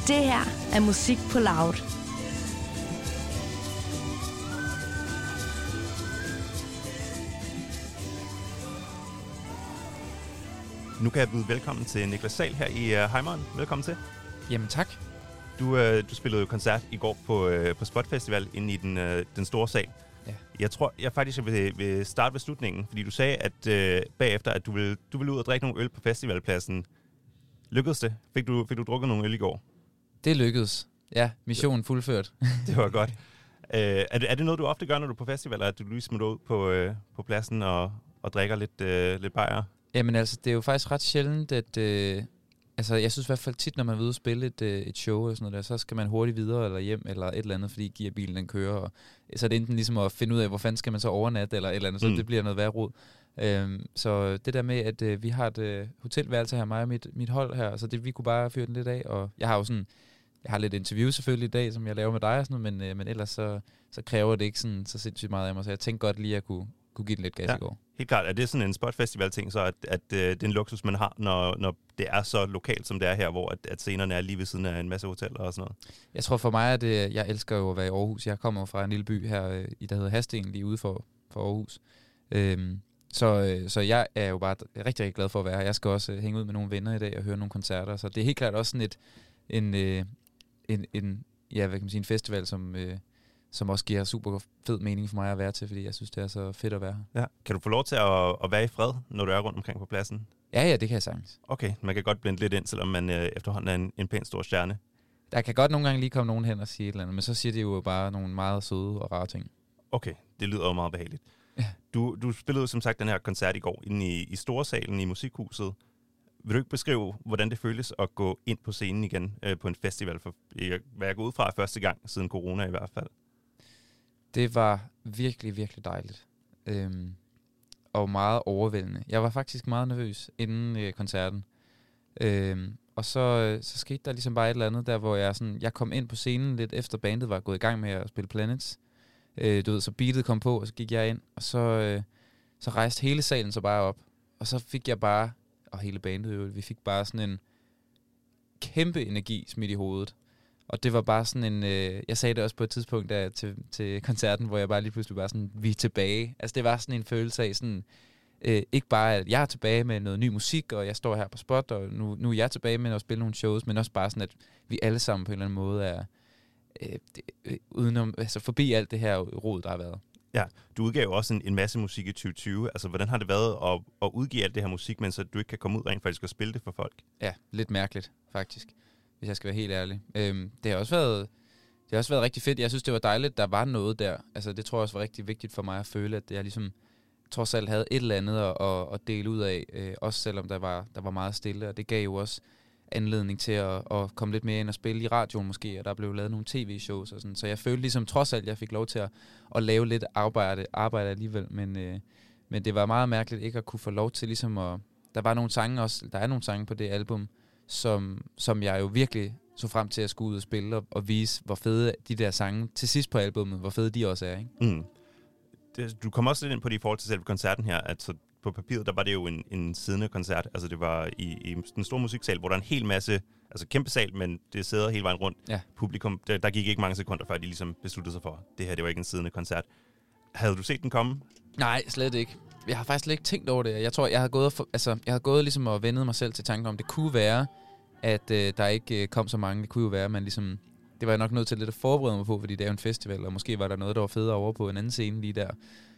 Det her er Musik på Loud. Nu kan jeg byde velkommen til Niklas Sahl her i Heimeren. Velkommen til. Jamen tak. Du spillede jo koncert i går på Spot Festival inde i den store sal. Ja. Jeg tror, jeg faktisk vil starte ved slutningen, fordi du sagde, at bagefter, at du ville ud og drikke nogle øl på festivalpladsen. Lykkedes det? Fik du drukket nogle øl i går? Det lykkedes. Ja, missionen fuldført. Det var godt. Er det noget, du ofte gør, når du er på festivaler, at du lige smutter ud på pladsen og drikker lidt bajer? Jamen altså, det er jo faktisk ret sjældent, at... jeg synes i hvert fald tit, når man er ude og spille et show eller sådan noget der, så skal man hurtigt videre eller hjem eller et eller andet, fordi gearbilen den kører. Og, så er det enten ligesom at finde ud af, hvor fanden skal man så overnatte eller et eller andet, så det bliver noget værre rod. Så det der med, at vi har et hotelværelse her, mig og mit hold her, så vi kunne bare fyre den lidt af, og jeg har jo sådan... Jeg har lidt interview selvfølgelig i dag, som jeg laver med dig og sådan noget, men ellers så kræver det ikke sådan så sindssygt meget af mig, så jeg tænkte godt lige at kunne give den lidt gas i går. Helt klart. Er det sådan en spotfestival-ting, så at det er en luksus, man har, når det er så lokalt, som det er her, hvor at scenerne er lige ved siden af en masse hoteller og sådan noget? Jeg tror for mig, at jeg elsker jo at være i Aarhus. Jeg kommer fra en lille by her, der hedder Hadsten, lige ude for Aarhus. Så jeg er jo bare rigtig, rigtig glad for at være her. Jeg skal også hænge ud med nogle venner i dag og høre nogle koncerter, så det er helt klart også sådan en festival, som også giver super fed mening for mig at være til, fordi jeg synes, det er så fedt at være her. Ja. Kan du få lov til at være i fred, når du er rundt omkring på pladsen? Ja, det kan jeg sagtens. Okay, man kan godt blende lidt ind, selvom man efterhånden er en pæn stor stjerne. Der kan godt nogle gange lige komme nogen hen og sige et eller andet, men så siger de jo bare nogle meget søde og rare ting. Okay, det lyder jo meget behageligt. Ja. Du spillede som sagt den her koncert i går inde i Storsalen i Musikhuset. Vil du ikke beskrive, hvordan det føles at gå ind på scenen igen på en festival, for hvad jeg går ud fra første gang siden corona i hvert fald? Det var virkelig, virkelig dejligt. Og meget overvældende. Jeg var faktisk meget nervøs inden koncerten. Og så skete der ligesom bare et eller andet der, hvor jeg kom ind på scenen lidt efter bandet var gået i gang med at spille Planets. Så beatet kom på, og så gik jeg ind, og så rejste hele salen så bare op. Og så fik jeg bare, og hele bandet vi fik bare sådan en kæmpe energi smidt i hovedet. Og det var bare sådan en... jeg sagde det også på et tidspunkt der til koncerten, hvor jeg bare lige pludselig var sådan, vi er tilbage. Altså det var sådan en følelse af sådan... ikke bare, at jeg er tilbage med noget ny musik, og jeg står her på Spot, og nu er jeg tilbage med at spille nogle shows, men også bare sådan, at vi alle sammen på en eller anden måde er... udenom, altså forbi alt det her rod, der har været. Ja, du udgav også en masse musik i 2020. Altså, hvordan har det været at udgive alt det her musik, mens du ikke kan komme ud rent faktisk og spille det for folk? Ja, lidt mærkeligt, faktisk. Hvis jeg skal være helt ærlig. Det har også været rigtig fedt. Jeg synes, det var dejligt, der var noget der. Altså, det tror jeg også var rigtig vigtigt for mig at føle, at jeg ligesom trods alt havde et eller andet at dele ud af. Også selvom der var meget stille. Og det gav jo også anledning til at komme lidt mere ind og spille i radioen måske. Og der blev lavet nogle tv-shows og sådan. Så jeg følte ligesom trods alt, jeg fik lov til at lave lidt arbejde alligevel. Men det var meget mærkeligt ikke at kunne få lov til ligesom at... Der er nogle sange på det album, som jeg jo virkelig så frem til at skulle ud og spille og vise, hvor fede de der sange til sidst på albummet, hvor fede de også er, ikke? Mm. Du kom også lidt ind på det i forhold til selve koncerten her, altså på papiret, der var det jo en siddende koncert, altså det var i den store musiksal, hvor der er en hel masse, altså kæmpe sal, men det sidder hele vejen rundt. Ja. Publikum, der gik ikke mange sekunder, før de ligesom besluttede sig for, det her, det var ikke en siddende koncert. Havde du set den komme? Nej, slet ikke. Jeg har faktisk slet ikke tænkt over det. Jeg tror, jeg har gået ligesom og vendet mig selv til tanken om, det kunne være, at der ikke kom så mange. Det kunne jo være, man ligesom... Det var jeg nok nødt til lidt at forberede mig på, fordi det er jo en festival, og måske var der noget, der var federe over på en anden scene lige der.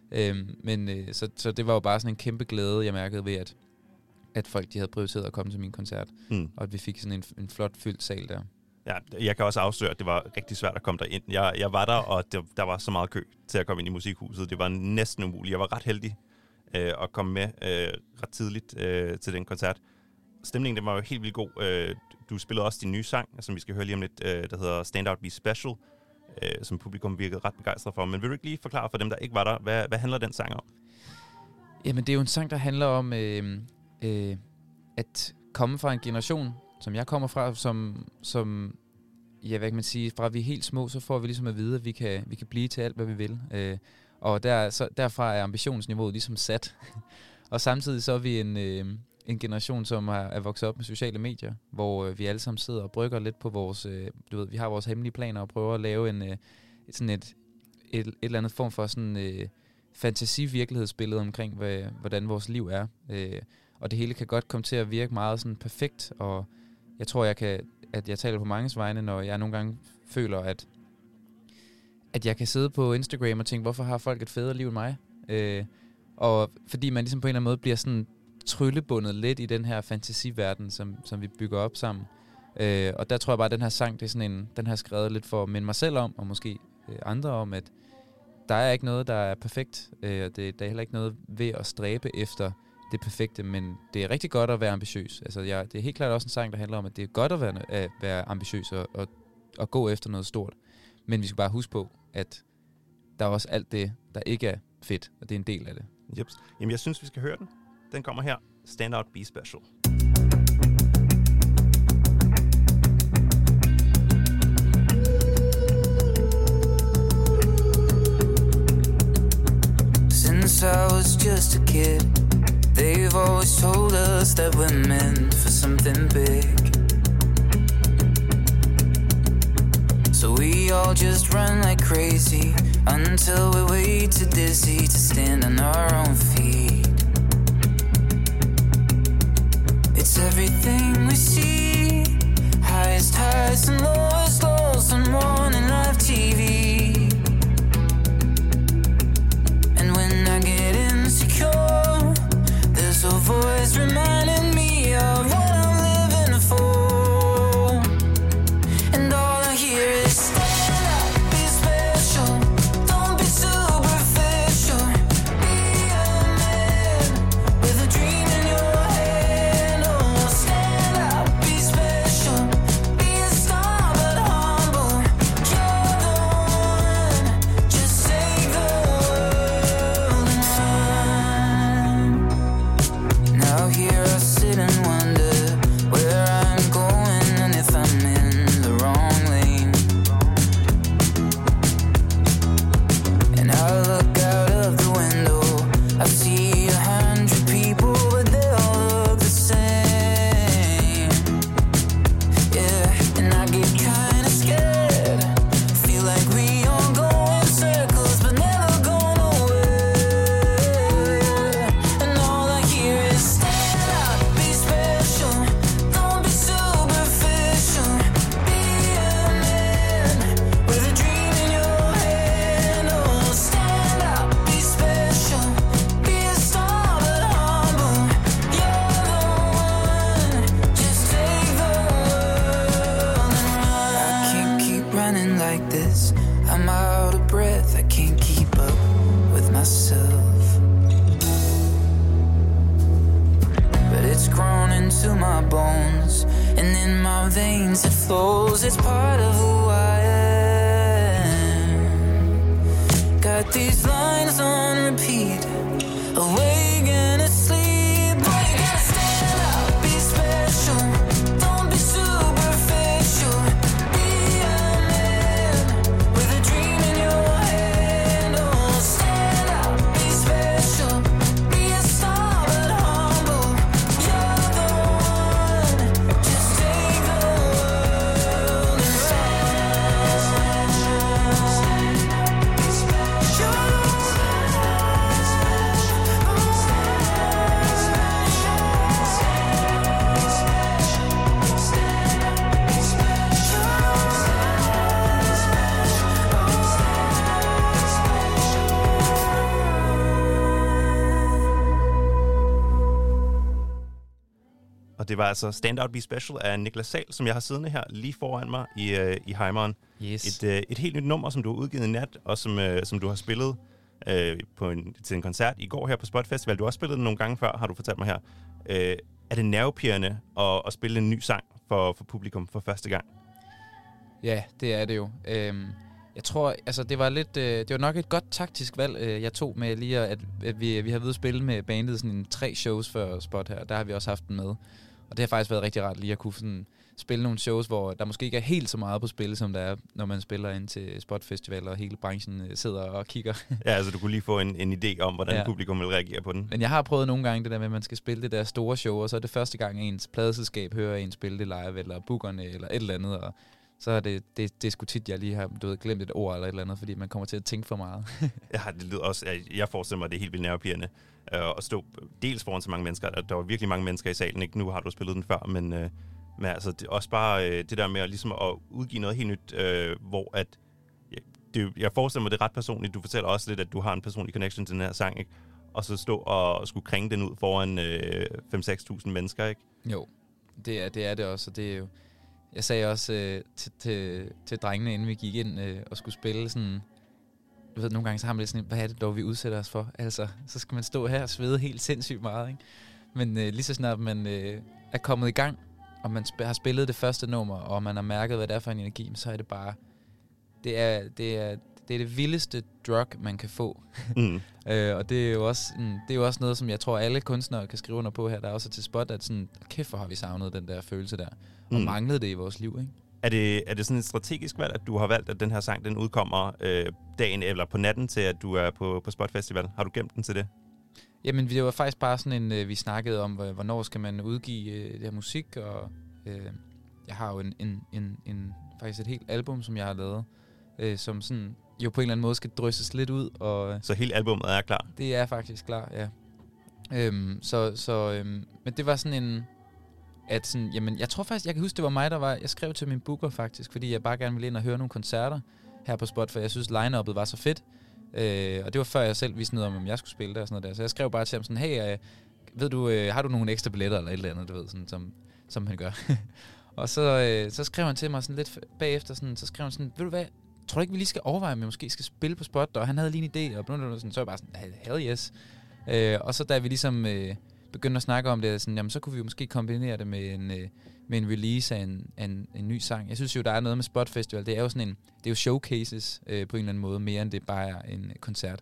Så det var jo bare sådan en kæmpe glæde, jeg mærkede ved, at folk de havde prioriteret at komme til min koncert. Og at vi fik sådan en flot fyldt sal der. Ja, jeg kan også afsløre, at det var rigtig svært at komme derind. Jeg var der, og der var så meget kø til at komme ind i Musikhuset. Det var næsten umuligt. Jeg var ret heldig at komme med ret tidligt til den koncert. Stemningen den var jo helt vildt god. Du spillede også din nye sang, som vi skal høre lige om lidt, der hedder Stand Out Be Special, som publikum virkede ret begejstret for. Men vil du ikke lige forklare for dem, der ikke var der, hvad handler den sang om? Jamen, det er jo en sang, der handler om at komme fra en generation, som jeg kommer fra, som ja, hvad kan man sige, fra vi er helt små, så får vi ligesom at vide, at vi kan blive til alt, hvad vi vil. Og derfra er ambitionsniveauet ligesom sat. Og samtidig så er vi en generation, som er vokset op med sociale medier, hvor vi alle sammen sidder og brygger lidt på vores, vi har vores hemmelige planer og prøver at lave sådan et eller andet form for sådan fantasi-virkelighedsbillede omkring, hvordan vores liv er. Og det hele kan godt komme til at virke meget sådan perfekt, og jeg tror, at jeg taler på manges vegne, når jeg nogle gange føler, at jeg kan sidde på Instagram og tænke, hvorfor har folk et federe liv end mig? Og fordi man ligesom på en eller anden måde bliver sådan tryllebundet lidt i den her fantasiverden, som vi bygger op sammen. Og der tror jeg bare, at den her sang, det er sådan den har jeg skrevet lidt for at minde mig selv om, og måske andre om, at der er ikke noget, der er perfekt. Og der er heller ikke noget ved at stræbe efter det perfekte, men det er rigtig godt at være ambitiøs. Altså, det er helt klart også en sang, der handler om, at det er godt at være ambitiøs og gå efter noget stort. Men vi skal bare huske på, at der er også alt det, der ikke er fedt, og det er en del af det. Yep. Jamen, jeg synes, vi skal høre den. Den kommer her. Stand Out, Be Special. Since I was just a kid, they've always told us that we're meant for something big. So we all just run like crazy until we're way too dizzy to stand on our own feet. It's everything we see, highest highs and lowest lows on morning live TV. And when I get insecure, there's a voice reminding me of what I'm living for. And all I hear is stand up, be special, don't be superficial. Be a man with a dream in your hand. Oh, stand up, be special, be a star but humble. You're the one, just take the world and run. Now here I sit and wonder where I'm going and if I'm in the wrong lane. And I look out of the window, I see 100 people, but they all look the same. Yeah, and I get kinda scared, feel like we all go in circles but never go nowhere. And all I hear is stand up, be special, don't be superficial. Be a man with a dream in your hand. Oh, stand up, be special, be a star but humble. You're the one, just take the world and run. I can't keep running like this, I'm out of breath, I can't keep up with myself. But it's grown into my bones, and in my veins it flows. It's part of who I am. Got these lines on repeat, awake and asleep. But you gotta stand up, be special, don't be superficial. Be a man with a dream in your hand. Oh, stand up, be special, be a star but humble. You're the one, just take the world and Og det var altså Stand Out, Be Special af Niklas Sahl, som jeg har siddende her lige foran mig i Heimeren. Yes. Et helt nyt nummer, som du har udgivet i nat, og som du har spillet til en koncert i går her på Spot Festival. Du har også spillet den nogle gange før, har du fortalt mig her. Er det nervepirrende at spille en ny sang for publikum for første gang? Ja, det er det jo. Jeg tror, altså det var lidt, det var nok et godt taktisk valg, jeg tog med lige, at vi har ved at spille med bandet sådan 3 shows før Spot her. Der har vi også haft den med. Og det har faktisk været rigtig rart lige at kunne sådan spille nogle shows, hvor der måske ikke er helt så meget på spil, som der er, når man spiller ind til spotfestivaler, og hele branchen sidder og kigger. Ja, altså du kunne lige få en idé om, hvordan publikum vil reagere på den. Men jeg har prøvet nogle gange det der med, at man skal spille det der store show, og så er det første gang, ens pladeselskab hører en spille det live, eller bookerne, eller et eller andet, og så er det er sgu tit, jeg lige har glemt et ord eller et eller andet, fordi man kommer til at tænke for meget. Ja, det lyder også, jeg forestiller mig, at det er helt vildt nervepirrende at stå dels foran så mange mennesker. Der var virkelig mange mennesker i salen, ikke? Nu har du spillet den før, men altså, det er også bare det der med at, ligesom at udgive noget helt nyt, hvor at, jeg forestiller mig, det er ret personligt. Du fortæller også lidt, at du har en personlig connection til den her sang, ikke? Og så stå og skulle krænge den ud foran 5-6.000 mennesker, ikke? Jo, det er det også, og det er jo... Jeg sagde også til drengene, inden vi gik ind og skulle spille sådan... Du ved, nogle gange så har man lidt sådan, hvad er det dog, vi udsætter os for? Altså, så skal man stå her og svede helt sindssygt meget, ikke? Men lige så snart man er kommet i gang, og man har spillet det første nummer, og man har mærket, hvad det er for en energi, så er det bare... Det er det vildeste drug, man kan få. Og det er jo også noget, som jeg tror, alle kunstnere kan skrive under på her. Der er også til spot, at sådan, kæft, hvor har vi savnet den der følelse der. Og manglede det i vores liv, ikke? Er det sådan et strategisk valg, at du har valgt, at den her sang, den udkommer dagen eller på natten til, at du er på Spot Festival? Har du gemt den til det? Jamen, det var faktisk bare sådan en, vi snakkede om, hvornår skal man udgive det her musik, og jeg har jo faktisk et helt album, som jeg har lavet, som sådan jo på en eller anden måde skal drysses lidt ud. Og så hele albumet er klar? Det er faktisk klar, ja. Men det var sådan en... At sådan, jamen, jeg tror faktisk, jeg kan huske, det var mig, jeg skrev til min booker faktisk, fordi jeg bare gerne ville ind og høre nogle koncerter her på Spot, for jeg synes, line-uppet var så fedt. Og det var før jeg selv vidste noget om jeg skulle spille der og sådan noget der. Så jeg skrev bare til ham sådan, hey, ved du, har du nogle ekstra billetter eller et eller andet, du ved, sådan, som han gør. Og så skrev han til mig sådan lidt bagefter, sådan, så skrev han sådan, ved du hvad, tror du ikke, vi lige skal overveje, om vi måske skal spille på Spot? Og han havde lige en idé, og sådan, så var jeg bare sådan, hell yes. Og så da vi ligesom begyndte at snakke om det, sådan, jamen, så kunne vi måske kombinere det med en release af en ny sang. Jeg synes jo, der er noget med Spot Festival. Det er jo sådan det er jo showcases på en eller anden måde, mere end det bare er en koncert.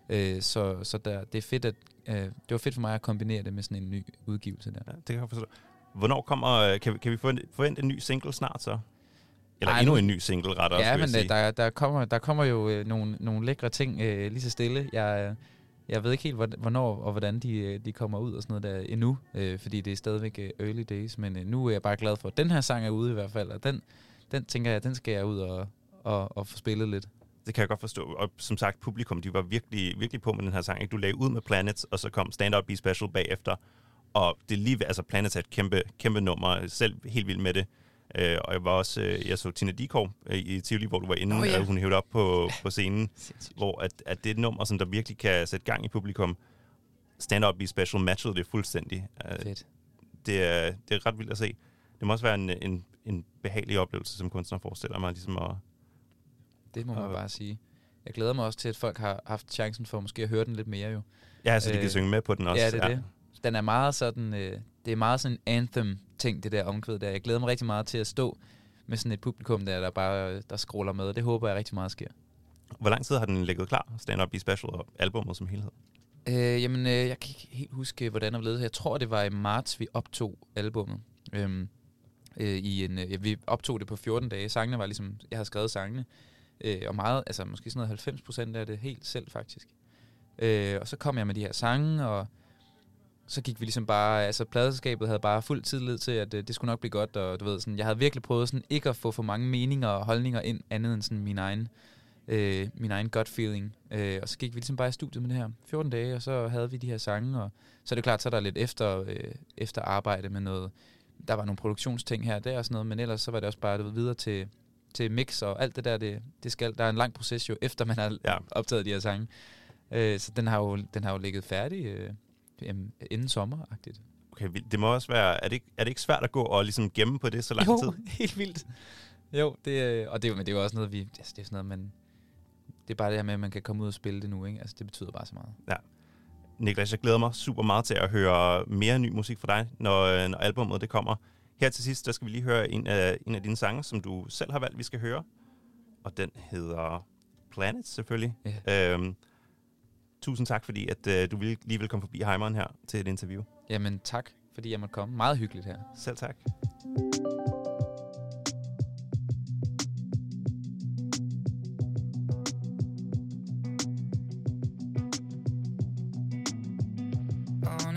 Så det er fedt, det var fedt for mig at kombinere det med sådan en ny udgivelse der. Ja, det kan jeg forstå. Hvornår kommer, kan vi forvente en ny single snart så? Eller endnu en ny single, rettere. Ja, men der kommer jo nogle lækre ting lige så stille. Jeg ved ikke helt, hvornår og hvordan de kommer ud og sådan noget der endnu, fordi det er stadigvæk early days, men nu er jeg bare glad for, at den her sang er ude i hvert fald, og den tænker jeg, den skal jeg ud og få spillet lidt. Det kan jeg godt forstå, og som sagt, publikum, de var virkelig, virkelig på med den her sang, ikke? Du lagde ud med Planets, og så kom Stand Up Be Special bagefter, og det lige, altså Planets er et kæmpe nummer, selv helt vild med det. Og jeg var også, jeg så Tina Dickow i Tivoli, hvor du var inde, og hun hævde op på scenen, hvor at det er et nummer, som der virkelig kan sætte gang i publikum. Stand Up Be Special matchede det fuldstændig. Fedt. Det er ret vildt at se. Det må også være en behagelig oplevelse, som kunstner forestiller mig, ligesom at... Det må man bare sige. Jeg glæder mig også til, at folk har haft chancen for måske at høre den lidt mere jo. Ja, så de kan synge med på den også. Ja, det er det. Den er meget sådan, det er meget sådan en anthem-ting, det der omkvæd der. Jeg glæder mig rigtig meget til at stå med sådan et publikum der scroller med. Det håber jeg rigtig meget sker. Hvor lang tid har den ligget klar, Stand Up Be Special og albumet som helhed? Jeg kan ikke helt huske, hvordan det blev. Jeg tror, det var i marts, vi optog albumet. Vi optog det på 14 dage. Sangene var ligesom, jeg havde skrevet sangene. Og meget, altså måske sådan noget 90% af det helt selv faktisk. Og så kom jeg med de her sange, og så gik vi ligesom bare, altså pladeselskabet havde bare fuld tillid til, at det skulle nok blive godt, og du ved, sådan, jeg havde virkelig prøvet sådan ikke at få for mange meninger og holdninger ind, andet end sådan min egen gut feeling. Og så gik vi ligesom bare i studiet med det her 14 dage, og så havde vi de her sange, og så er det klart, så er der lidt efter arbejde med noget, der var nogle produktionsting her og der og sådan noget, men ellers så var det også bare videre til mix og alt det der, der er en lang proces jo, efter man har optaget de her sange. Så den har jo ligget færdig inden sommeragtigt. Okay, det må også være, er det ikke svært at gå og ligesom gemme på det så lang tid? Jo, helt vildt. Jo, men det er jo også noget, det er sådan noget, men det er bare det her med, at man kan komme ud og spille det nu, ikke? Altså, det betyder bare så meget. Ja. Niklas, jeg glæder mig super meget til at høre mere ny musik fra dig, når albumet det kommer. Her til sidst, der skal vi lige høre en af dine sange, som du selv har valgt, vi skal høre. Og den hedder Planet, selvfølgelig. Yeah. Tusind tak, fordi at du lige vil komme forbi Heimeren her til et interview. Jamen tak, fordi jeg måtte komme. Meget hyggeligt her. Selv tak.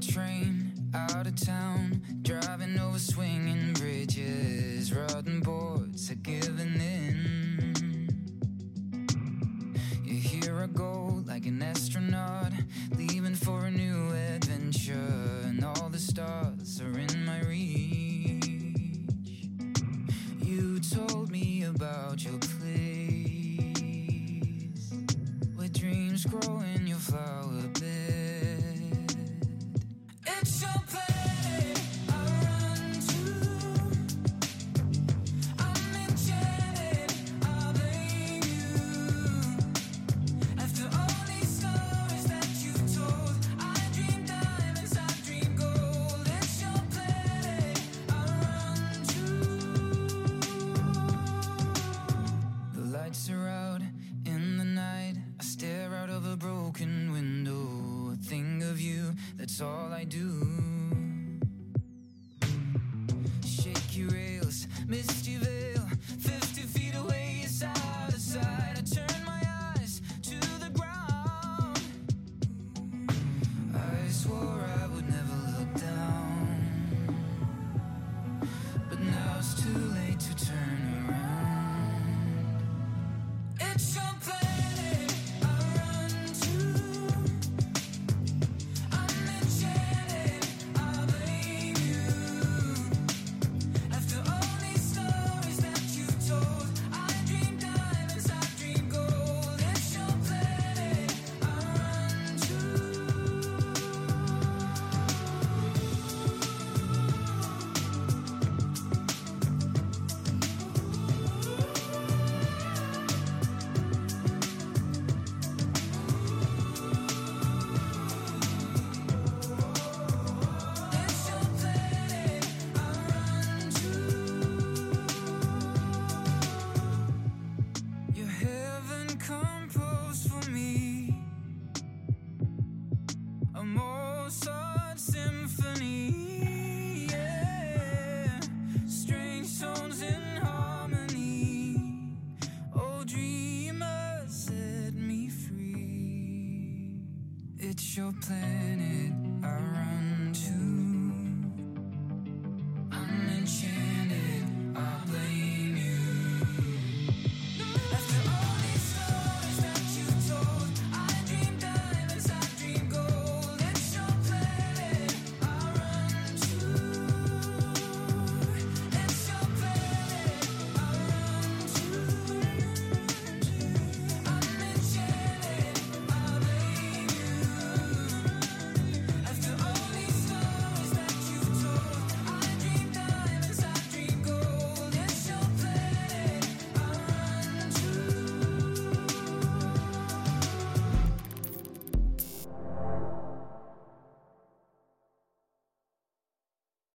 train out of town, driving over swinging bridges, rotten boards are giving in. Here I go like an astronaut, leaving for a new adventure, and all the stars are in my reach. You told me about your place, where dreams grow in your flower bed. It's your planet I run to. I'm enchanted, I blame you. After all these stories that you've told, I dream diamonds, I dream gold. It's your planet I run to. The lights are out in the night, I stare out of a broken window. I think of you, that's all I do. Shaky rails, misty veil, 50 feet away, side to side. I turn my eyes to the ground. I swore I would never look down, but now it's too late to turn around. It's your planet I run to. I'm enchanted, I blame you. After all these stories that you've told, I dream diamonds, I dream gold. It's your planet I run to. It's your planet I run to. Your heaven composed for me, a Mozart symphony, yeah. Strange tones in harmony. Oh, dreamer, set me free. It's your planet I run